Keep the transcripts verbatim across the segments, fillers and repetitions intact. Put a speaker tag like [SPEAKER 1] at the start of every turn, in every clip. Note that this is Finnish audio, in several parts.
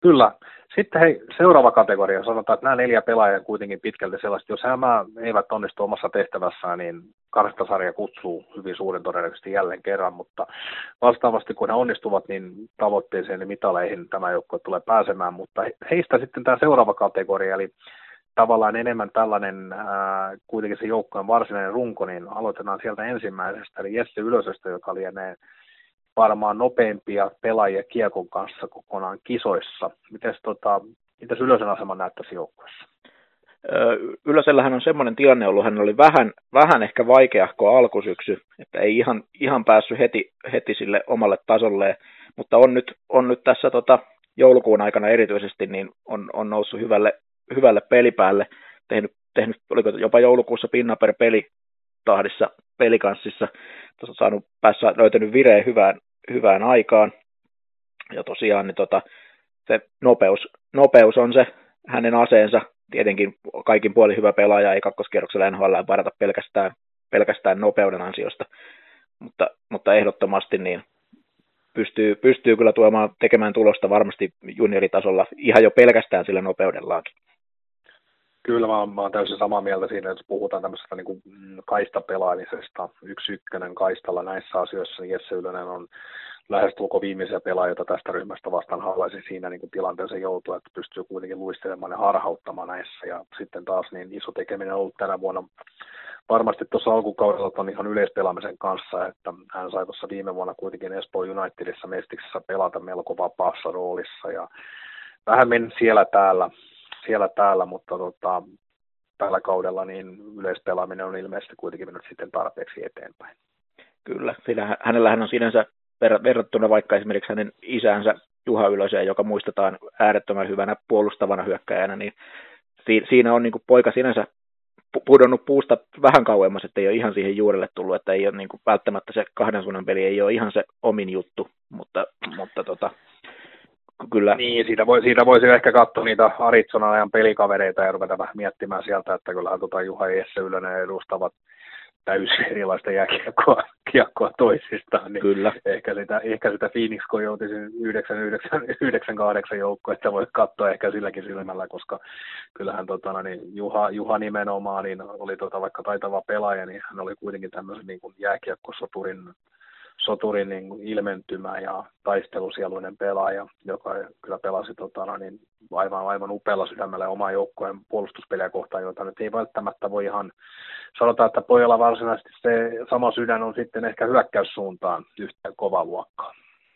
[SPEAKER 1] Kyllä. Sitten hei, seuraava kategoria. Sanotaan, että nämä neljä pelaajaa kuitenkin pitkälti sellaista. Jos nämä eivät onnistu omassa tehtävässään, niin karsittasarja kutsuu hyvin suurin todennäköisesti jälleen kerran, mutta vastaavasti kun he onnistuvat, niin tavoitteeseen ja mitaleihin tämä joukkue tulee pääsemään. Mutta heistä sitten tämä seuraava kategoria, eli tavallaan enemmän tällainen ää, kuitenkin se joukkueen varsinainen runko, niin aloitetaan sieltä ensimmäisestä, eli Jesse Ylösestä, joka lienee varmaan nopeimpia pelaajia kiekon kanssa kokonaan kisoissa. Mites, tota, mites Ylösen asema näyttäisi joukkueessa?
[SPEAKER 2] Ylösellähän on semmoinen tilanne ollut, hän oli vähän, vähän ehkä vaikeahko alkusyksy, että ei ihan, ihan päässyt heti, heti sille omalle tasolleen, mutta on nyt, on nyt tässä tota, joulukuun aikana erityisesti, niin on, on noussut hyvälle, hyvälle pelipäälle, tehnyt, tehnyt, oliko jopa joulukuussa pinna per peli tahdissa pelikanssissa, tuossa saanut päässä löytänyt vireen hyvään, hyvään aikaan, ja tosiaan niin tota, se nopeus, nopeus on se hänen aseensa, tietenkin kaikin puolin hyvä pelaaja, ei kakkoskierroksella N H L varata pelkästään, pelkästään nopeuden ansiosta, mutta, mutta ehdottomasti niin pystyy, pystyy kyllä tuomaan tekemään tulosta varmasti junioritasolla ihan jo pelkästään sillä nopeudellaankin.
[SPEAKER 1] Kyllä mä oon, mä oon täysin samaa mieltä siinä, että puhutaan tämmöisestä niin kuin kaistapelaamisesta, yksi ykkönen kaistalla näissä asioissa, niin Jesse Ylönen on lähestulko viimeisiä pelaajia, joita tästä ryhmästä vastaan haluaisi siinä niin kuin tilanteeseen joutua, että pystyy kuitenkin luistelemaan ja harhauttamaan näissä, ja sitten taas niin iso tekeminen on ollut tänä vuonna varmasti tuossa alkukaudella on ihan yleispelaamisen kanssa, että hän sai tuossa viime vuonna kuitenkin Espoo Unitedissa Mestiksessä pelata melko vapaassa roolissa, ja vähän meni siellä täällä, siellä täällä, mutta tota, tällä kaudella niin yleispelaaminen on ilmeisesti kuitenkin mennyt sitten tarpeeksi eteenpäin.
[SPEAKER 2] Kyllä, sillä hänellähän on sinänsä verrattuna vaikka esimerkiksi hänen isänsä Juha Ylöseen, joka muistetaan äärettömän hyvänä puolustavana hyökkäjänä, niin siinä on niin kuin poika sinänsä pudonnut puusta vähän kauemmas, että ei ole ihan siihen juurelle tullut, että ei ole niin kuin välttämättä se kahden suunnan peli ei ole ihan se omin juttu, mutta, mutta tota, kyllä.
[SPEAKER 1] Niin, siitä, voi, siitä voisi ehkä katsoa niitä Arizonan ajan pelikavereita ja ruveta vähän miettimään sieltä, että kyllähän tota Juha ja Jesse Ylönen edustavat täysin erilaista jääkiekkoa kiekkoa toisistaan, niin
[SPEAKER 2] kyllä.
[SPEAKER 1] Ehkä sitä, ehkä sitä Phoenix Coyotesin yhdeksän yhdeksän kahdeksan joukkoa, että voi katsoa ehkä silläkin silmällä, koska kyllähän tota, niin Juha, Juha nimenomaan niin oli tota, vaikka taitava pelaaja, niin hän oli kuitenkin tämmöisen niin kuin jääkiekkosoturin soturin niin kuin ilmentymä ja taistelusieluinen pelaaja, joka kyllä pelasi tota, niin aivan, aivan upealla sydämellä omaa joukkojen puolustuspeliä kohtaan, jota nyt ei välttämättä voi ihan sanotaan, että pojalla varsinaisesti se sama sydän on sitten ehkä hyökkäyssuuntaan yhtä kova luokkaa.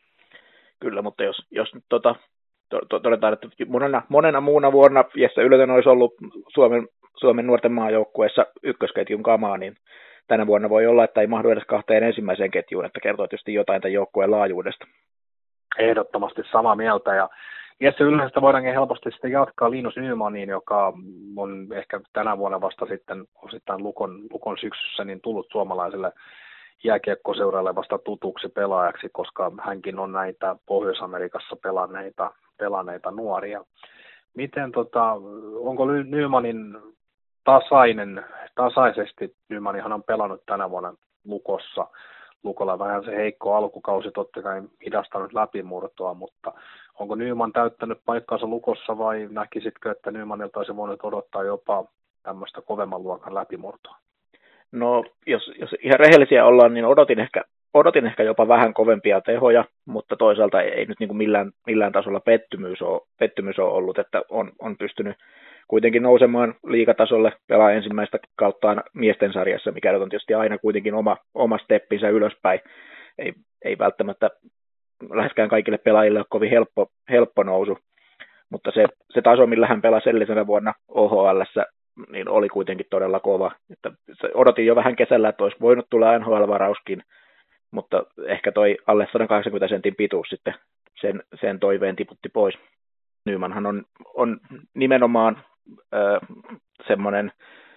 [SPEAKER 2] Kyllä, mutta jos, jos nyt tota, to, to, todetaan, että monena, monena muuna vuonna Jesse Ylönen olisi ollut Suomen, Suomen nuorten maajoukkueessa ykkösketjun kamaa, niin tänä vuonna voi olla, että ei mahdu edes kahteen ensimmäiseen ketjuun, että kertoo tietysti jotain tämän joukkueen laajuudesta.
[SPEAKER 1] Ehdottomasti samaa mieltä, ja Jesse Ylösestä voidaankin helposti sitten jatkaa Linus Nymaniin, joka on ehkä tänä vuonna vasta sitten osittain Lukon, Lukon syksyssä niin tullut suomalaiselle jääkiekkoseuralle vasta tutuksi pelaajaksi, koska hänkin on näitä Pohjois-Amerikassa pelanneita, pelanneita nuoria. Miten tota, onko Nymanin tasainen, tasaisesti, Nymanihan on pelannut tänä vuonna Lukossa, Lukolla vähän se heikko alkukausi totta kai hidastanut läpimurtoa, mutta onko Nyman täyttänyt paikkaansa Lukossa vai näkisitkö, että Nymanilta olisi voinut odottaa jopa tämmöistä kovemman luokan läpimurtoa?
[SPEAKER 2] No, jos, jos ihan rehellisiä ollaan, niin odotin ehkä, odotin ehkä jopa vähän kovempia tehoja, mutta toisaalta ei, ei nyt niin kuin millään, millään tasolla pettymys ole, pettymys ole ollut, että on, on pystynyt kuitenkin nousemaan liigatasolle, pelaa ensimmäistä kauttaan miesten sarjassa, mikä on tietysti aina kuitenkin oma, oma steppinsä ylöspäin. Ei, ei välttämättä läheskään kaikille pelaajille ole kovin helppo, helppo nousu, mutta se, se taso, millä hän pelasi edellisenä vuonna O H L:ssä, niin oli kuitenkin todella kova. Että odotin jo vähän kesällä, että olisi voinut tulla N H L-varauskin, mutta ehkä toi alle sata kahdeksankymmentä sentin pituus sitten sen, sen toiveen tiputti pois. Nymanhan on, on nimenomaan äh, semmoinen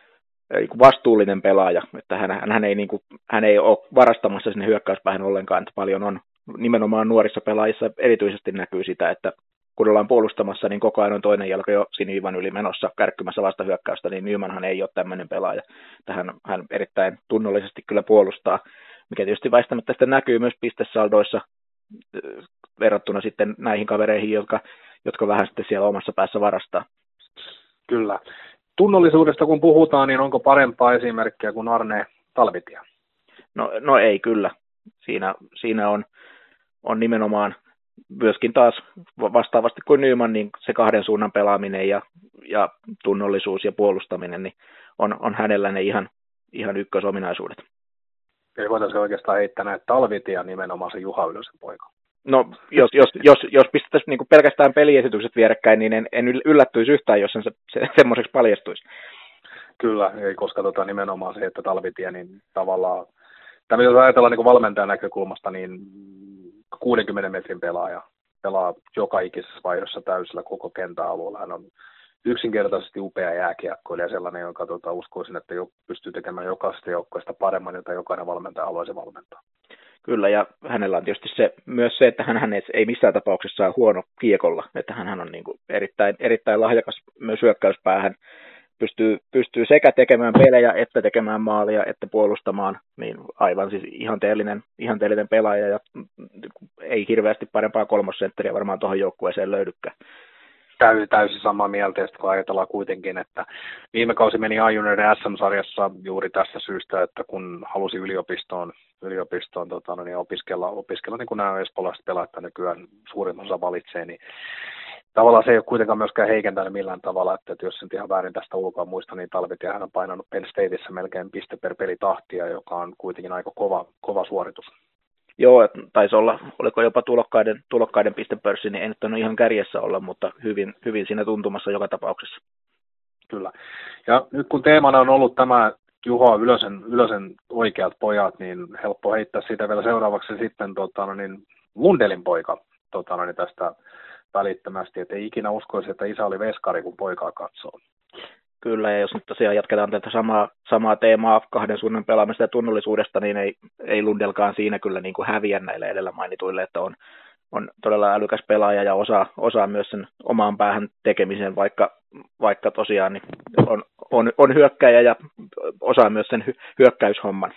[SPEAKER 2] äh, vastuullinen pelaaja, että hän, hän, ei, niin kuin, hän ei ole varastamassa sinne hyökkäyspäähän ollenkaan, että paljon on nimenomaan nuorissa pelaajissa erityisesti näkyy sitä, että kun ollaan puolustamassa, niin koko ajan on toinen jalka jo siniviivan yli menossa kärkkymässä vastahyökkäystä, niin Nymanhan ei ole tämmöinen pelaaja. Hän, hän erittäin tunnollisesti kyllä puolustaa, mikä tietysti väistämättä sitten näkyy myös pistesaldoissa verrattuna sitten näihin kavereihin, jotka, jotka vähän sitten siellä omassa päässä varastaa.
[SPEAKER 1] Kyllä. Tunnollisuudesta kun puhutaan, niin onko parempaa esimerkkiä kuin Arne Talvitie?
[SPEAKER 2] No, no ei kyllä. Siinä, siinä on, on nimenomaan myöskin taas vastaavasti kuin Nyman, niin se kahden suunnan pelaaminen ja, ja tunnollisuus ja puolustaminen niin on, on hänellä ne ihan, ihan ykkösominaisuudet.
[SPEAKER 1] Eli voitaisiin oikeastaan heittää näitä Talvitie nimenomaan se Juha Ylösen poika.
[SPEAKER 2] No, jos, jos, jos, jos pistettäisiin niin pelkästään peliesitykset vierekkäin, niin en, en yllättyisi yhtään, jos sen se, se semmoiseksi paljastuisi.
[SPEAKER 1] Kyllä, ei, koska tota, nimenomaan se, että Talvitie, niin tavallaan, tämä jos ajatellaan niin valmentajan näkökulmasta, niin kuudenkymmenen metrin pelaaja pelaa joka ikisessä vaihdossa täysillä koko kentäalueella. Hän on yksinkertaisesti upea jääkiekkoilija, sellainen, joka tota, uskoisin, että jo, pystyy tekemään jokaisesta joukkueesta paremman, jota jokainen valmentaja haluaisi valmentaa.
[SPEAKER 2] Kyllä, ja hänellä on tietysti se, myös se, että hän ei missään tapauksessa ole huono kiekolla, että hän on niin kuin erittäin, erittäin lahjakas myös hyökkäyspäähän, pystyy, pystyy sekä tekemään pelejä, että tekemään maalia, että puolustamaan, niin aivan siis ihanteellinen, ihanteellinen pelaaja, ja ei hirveästi parempaa kolmosentteriä varmaan tuohon joukkueeseen löydykään.
[SPEAKER 1] Täysin samaa mieltä, kun ajatellaan kuitenkin, että viime kausi meni A-junioiden S M-sarjassa juuri tästä syystä, että kun halusi yliopistoon, yliopistoon tota, no niin opiskella, opiskella, niin kuin nämä espoolaiset pelaajat nykyään suurin osa valitsee, niin tavallaan se ei ole kuitenkaan myöskään heikentänyt millään tavalla, että, että jos en ihan väärin tästä ulkoa muista, niin Talvitie hän on painanut Penn Stateissa melkein piste per peli tahtia, joka on kuitenkin aika kova, kova suoritus.
[SPEAKER 2] Joo, taisi olla, oliko jopa tulokkaiden, tulokkaiden pistepörssi, niin ei nyt ole ihan kärjessä olla, mutta hyvin, hyvin siinä tuntumassa joka tapauksessa.
[SPEAKER 1] Kyllä. Ja nyt kun teemana on ollut tämä Juha Ylösen, Ylösen oikeat pojat, niin helppo heittää siitä vielä seuraavaksi sitten tota, no niin, Lundelin poika tota, no niin tästä välittömästi, että ei ikinä uskoisi, että isä oli veskari, kun poikaa katsoo.
[SPEAKER 2] Kyllä, ja jos nyt tosiaan jatketaan tätä samaa, samaa teemaa kahden suunnan pelaamista ja tunnollisuudesta, niin ei, ei Lundelkaan siinä kyllä niin kuin häviä näille edellä mainituille, että on, on todella älykäs pelaaja ja osaa, osaa myös sen omaan päähän tekemisen, vaikka, vaikka tosiaan niin on, on, on hyökkäjä ja osaa myös sen hy, hyökkäyshomman.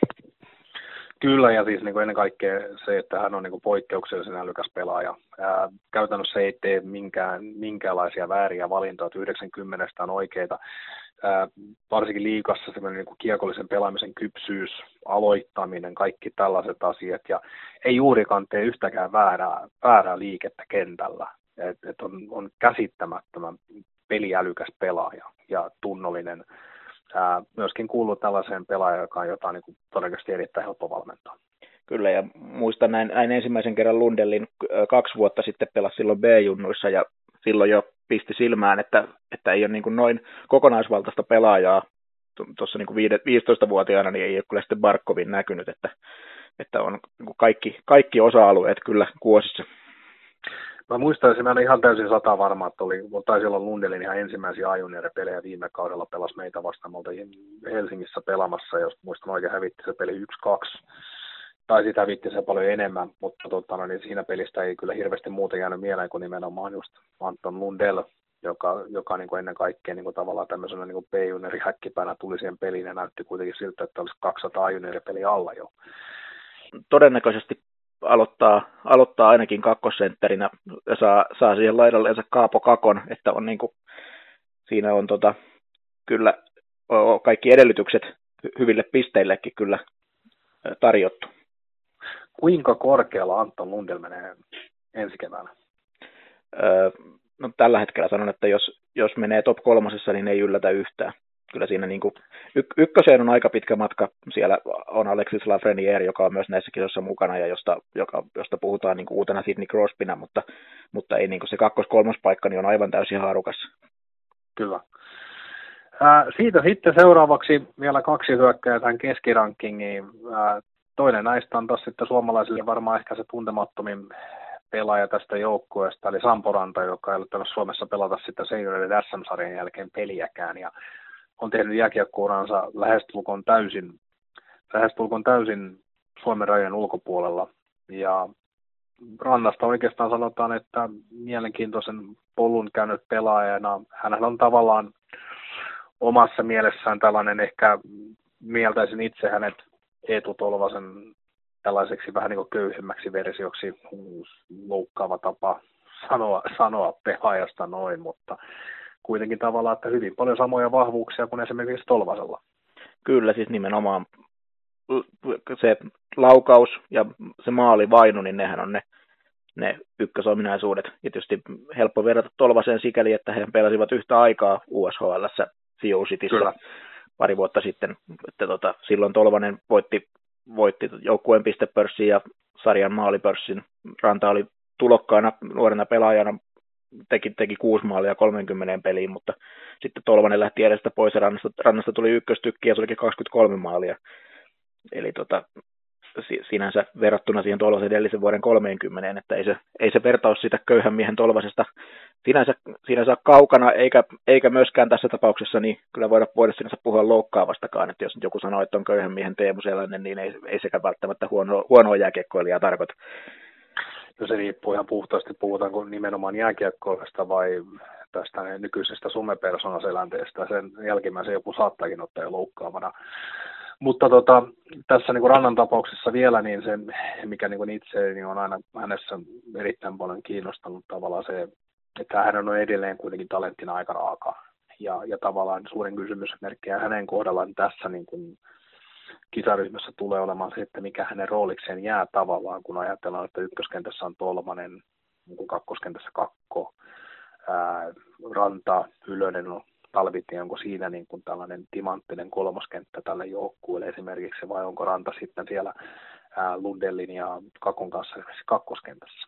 [SPEAKER 1] Kyllä, ja siis niin kuin ennen kaikkea se, että hän on niin kuin poikkeuksellisen älykäs pelaaja. Ää, käytännössä ei tee minkään, minkäänlaisia vääriä valintoja, että yhdeksänkymmentä on oikeita. Ää, varsinkin liigassa semmoinen niin kuin kiekollisen pelaamisen kypsyys, aloittaminen, kaikki tällaiset asiat, ja ei juurikaan tee yhtäkään väärää, väärää liikettä kentällä. Et, et on, on käsittämättömän peliälykäs pelaaja ja tunnollinen. Ää, myöskin kuuluu tällaiseen pelaajaan, joka on jotain niin kuin todennäköisesti erittäin helppo valmentaa.
[SPEAKER 2] Kyllä, ja muistan näin, näin ensimmäisen kerran Lundellin kaksi vuotta sitten pelasi silloin B-junnuissa, ja silloin jo pisti silmään, että, että ei ole niin kuin noin kokonaisvaltaista pelaajaa tuossa niin kuin viisitoistavuotiaana, niin ei ole kyllä sitten Barkovin näkynyt, että, että on niin kuin kaikki, kaikki osa-alueet kyllä kuosissa.
[SPEAKER 1] Mä muistaisin, mä en ihan täysin sata varma, että oli, taisi olla Lundelin ihan ensimmäisiä A-junioripelejä viime kaudella, pelasi meitä vastaan, me oltiin Helsingissä pelaamassa, jos muistan oikein, hävitti se peli yksi kaksi, tai sitä hävitti se paljon enemmän, mutta tota, no, niin siinä pelistä ei kyllä hirveästi muuta jäänyt mieleen kuin nimenomaan just Anton Lundell, joka, joka niin kuin ennen kaikkea niin kuin tavallaan tämmöisenä niin kuin B-juniorin häkkipäänä tuli siihen peliin ja näytti kuitenkin siltä, että olisi kaksisataa A-junioripeliä alla jo.
[SPEAKER 2] Todennäköisesti aloittaa, aloittaa ainakin kakkosentterinä ja saa, saa siihen laidalleensa Kaapo Kakon, että on niin kuin, siinä on tota, kyllä kaikki edellytykset hyville pisteillekin kyllä tarjottu.
[SPEAKER 1] Kuinka korkealla Anton Lundell menee ensi keväänä?
[SPEAKER 2] Öö, no, tällä hetkellä sanon, että jos, jos menee top kolmosessa, niin ei yllätä yhtään. Kyllä siinä niin kuin, y- ykköseen on aika pitkä matka. Siellä on Alexis Lafreniere, joka on myös näissä kisoissa mukana ja josta, joka, josta puhutaan niin kuin uutena Sidney Crosbyna, mutta, mutta ei niin kuin se kakkos-kolmospaikka niin on aivan täysin haarukassa.
[SPEAKER 1] Kyllä. Ää, siitä sitten seuraavaksi vielä kaksi hyökkääjää tähän keskirankingiin. Ää, toinen näistä on taas sitten suomalaisille varmaan ehkä se tuntemattomin pelaaja tästä joukkueesta, eli Sampo Ranta, joka ei ole tainnut Suomessa pelata sitten senioriden S M-sarjan jälkeen peliäkään, ja on tehnyt jääkiekko-uransa lähestulkoon täysin, lähestulkoon täysin Suomen rajojen ulkopuolella. Ja Rannasta oikeastaan sanotaan, että mielenkiintoisen polun käynyt pelaajana. Hänhän on tavallaan omassa mielessään tällainen, ehkä mieltäisin itse hänet Eetu Tolvasen tällaiseksi vähän niin kuin köyhemmäksi versioksi, loukkaava tapa sanoa, sanoa pelaajasta noin, mutta kuitenkin tavallaan, että hyvin paljon samoja vahvuuksia kuin esimerkiksi Tolvasella.
[SPEAKER 2] Kyllä, siis nimenomaan se laukaus ja se maalivainu, niin nehän on ne, ne ykkösominaisuudet. Ja tietysti helppo verrata Tolvaseen sikäli, että he pelasivat yhtä aikaa U S H L:ssä Sioux Cityssä pari vuotta sitten. Että tota, silloin Tolvanen voitti, voitti joukkueen pistepörssin ja sarjan maalipörssin. Ranta oli tulokkaana nuorena pelaajana, teki, teki kuusi maalia kolmekymmentä peliin, mutta sitten Tolvanen lähti edestä pois ja rannasta, rannasta tuli ykköstykki ja se olikin kaksikymmentäkolme maalia. Eli tota, sinänsä verrattuna siihen Tolvasen edellisen vuoden kolmekymmentä, että ei se, ei se vertaus sitä köyhän miehen Tolvasesta sinänsä, sinänsä kaukana, eikä, eikä myöskään tässä tapauksessa, niin kyllä voida, voida sinänsä puhua loukkaavastakaan, että jos joku sanoo, että on köyhän miehen Teemu Selänen, niin ei, ei sekä välttämättä huono, huonoa jääkiekkoilijaa tarkoita.
[SPEAKER 1] No se riippuu ihan puhtaasti, puhutaanko nimenomaan jääkiekkoilesta vai tästä nykyisestä somepersona-selänteestä. Sen jälkimmäisen joku saattaakin ottaa jo loukkaavana. Mutta tota, tässä niin kuin Rannan tapauksessa vielä, niin se, mikä niin kuin itse niin on aina hänessä erittäin paljon kiinnostanut tavallaan se, että hän on edelleen kuitenkin talenttina aika raaka. Ja, ja tavallaan suurin kysymysmerkki hänen kohdallaan tässä niin kuin kisaryhmässä tulee olemaan se, että mikä hänen roolikseen jää tavallaan, kun ajatellaan, että ykköskentässä on Tolvanen, niin kakkoskentässä Kakko, ää, Ranta, Ylönen, Talvitie, onko siinä niin kuin tällainen timanttinen kolmoskenttä tälle joukkueelle esimerkiksi, vai onko Ranta sitten siellä ää, Lundellin ja Kakon kanssa esimerkiksi kakkoskentässä?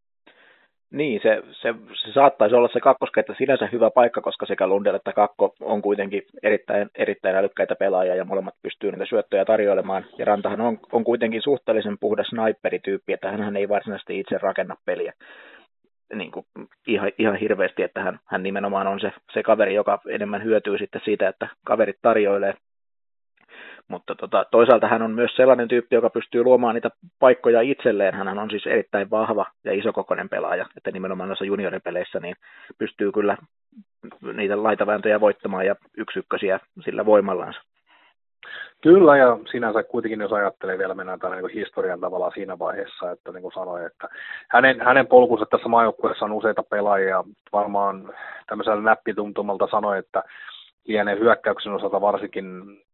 [SPEAKER 2] Niin, se, se, se saattaisi olla se kakkoskenttä sinänsä hyvä paikka, koska sekä Lundell että Kakko on kuitenkin erittäin, erittäin älykkäitä pelaajia ja molemmat pystyy niitä syöttöjä tarjoilemaan. Ja Rantahan on, on kuitenkin suhteellisen puhdas sniperityyppi, että hän ei varsinaisesti itse rakenna peliä niin kuin ihan, ihan hirveästi, että hän, hän nimenomaan on se, se kaveri, joka enemmän hyötyy sitten siitä, että kaverit tarjoilee. Mutta tota, toisaalta hän on myös sellainen tyyppi, joka pystyy luomaan niitä paikkoja itselleen. Hän on siis erittäin vahva ja isokokoinen pelaaja, että nimenomaan noissa junioripeleissä niin pystyy kyllä niitä laitavääntöjä voittamaan ja yksi ykkösiä sillä voimallansa.
[SPEAKER 1] Kyllä, ja sinänsä kuitenkin, jos ajattelee vielä, mennään tänne niin historian tavalla siinä vaiheessa, että niin kuin sanoin, että hänen, hänen polkunsa tässä maajoukkueessa on useita pelaajia, varmaan tämmöisellä näppituntumalta sanoi, että lienee hyökkäyksen osalta varsinkin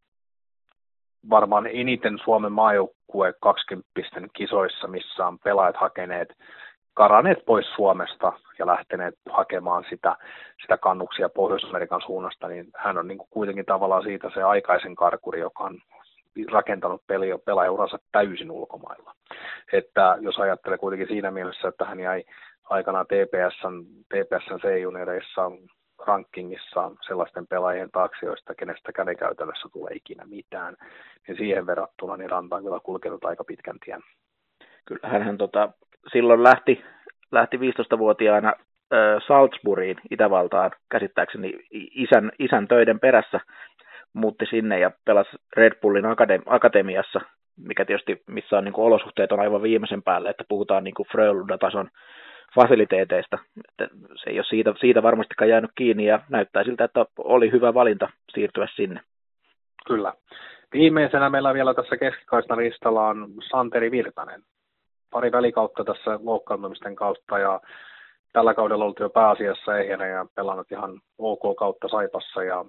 [SPEAKER 1] varmaan eniten Suomen maajoukkue kaksikymppisten kisoissa, missä on pelaajat hakeneet, karanneet pois Suomesta ja lähteneet hakemaan sitä, sitä kannuksia Pohjois-Amerikan suunnasta, niin hän on niin kuin kuitenkin tavallaan siitä se aikaisen karkuri, joka on rakentanut peli, pelaajauransa täysin ulkomailla. Että jos ajattelee kuitenkin siinä mielessä, että hän jäi aikanaan T P S:n, T P S:n C-junioreissa rankingissa sellaisten pelaajien taakse, joista kenestäkään ei käytännössä tule ikinä mitään, niin siihen verrattuna niin Ranta on kyllä kulkenut aika pitkän tien.
[SPEAKER 2] Kyllähän hän tota, silloin lähti, lähti viisitoistavuotiaana äh, Salzburgiin, Itävaltaan, käsittääkseni isän, isän töiden perässä, muutti sinne ja pelasi Red Bullin akademi- akatemiassa, mikä tietysti missä on niin kuin olosuhteet on aivan viimeisen päälle, että puhutaan niin kuin Frölunda-tason fasiliteeteista. Että se ei ole siitä, siitä varmastikaan jäänyt kiinni ja näyttää siltä, että oli hyvä valinta siirtyä sinne.
[SPEAKER 1] Kyllä. Viimeisenä meillä vielä tässä keskikaistan listalla on Santeri Virtanen. Pari välikautta tässä loukkaantumisten kautta ja tällä kaudella oltiin jo pääasiassa ehjänä ja pelannut ihan ok kautta Saipassa ja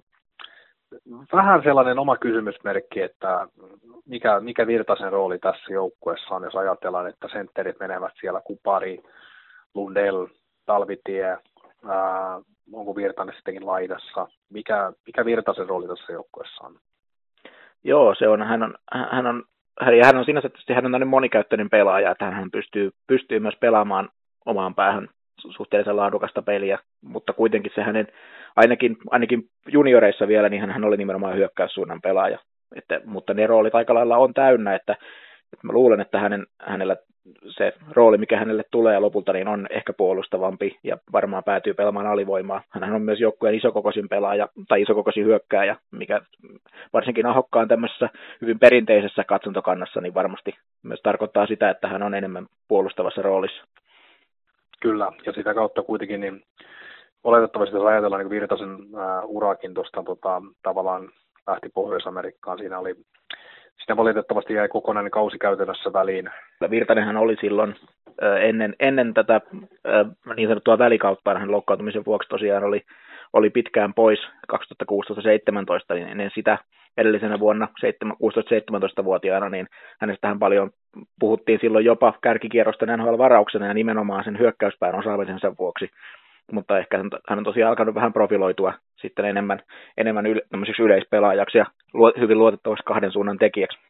[SPEAKER 1] vähän sellainen oma kysymysmerkki, että mikä, mikä Virtasen rooli tässä joukkueessa on, jos ajatellaan, että sentterit menevät siellä Kupari, Lundell, Talvitie, ää, onko Virtanen sittenkin laidassa, mikä, mikä Virtasen rooli tässä joukkueessa on?
[SPEAKER 2] Joo, se on, hän on, hän on, ja hän on sinänsä tietysti hän on monikäyttöinen pelaaja, että hän pystyy, pystyy myös pelaamaan omaan päähän suhteellisen laadukasta peliä, mutta kuitenkin se hänen, ainakin, ainakin junioreissa vielä, niin hän, hän oli nimenomaan hyökkäyssuunnan pelaaja, että, mutta ne roolit aika lailla on täynnä, että, että mä luulen, että hänen, hänellä se rooli, mikä hänelle tulee lopulta, niin on ehkä puolustavampi ja varmaan päätyy pelaamaan alivoimaa. Hän on myös joukkueen isokokoisin pelaaja tai isokokoisin hyökkääjä, mikä varsinkin Ahokkaan tämmöisessä hyvin perinteisessä katsontokannassa niin varmasti myös tarkoittaa sitä, että hän on enemmän puolustavassa roolissa.
[SPEAKER 1] Kyllä, ja sitä kautta kuitenkin niin oletettavasti, jos ajatellaan niin Virtasen ää, urakin tuosta tota, tavallaan lähti Pohjois-Amerikkaan, siinä oli Siinä valitettavasti jäi kokonainen kausi käytännössä väliin.
[SPEAKER 2] Virtanenhan oli silloin ennen, ennen tätä niin sanottua välikautta hän loukkaantumisen vuoksi tosiaan oli, oli pitkään pois kaksituhattakuusitoista seitsemäntoista, niin ennen sitä edellisenä vuonna kuusitoista seitsemäntoista-vuotiaana, niin hänestähän paljon puhuttiin silloin jopa kärkikierrosten N H L-varauksena ja nimenomaan sen hyökkäyspään osaamisensa vuoksi, mutta ehkä hän on tosiaan alkanut vähän profiloitua sitten enemmän, enemmän yle, yleispelaajaksi ja luo, hyvin luotettavaksi kahden suunnan tekijäksi.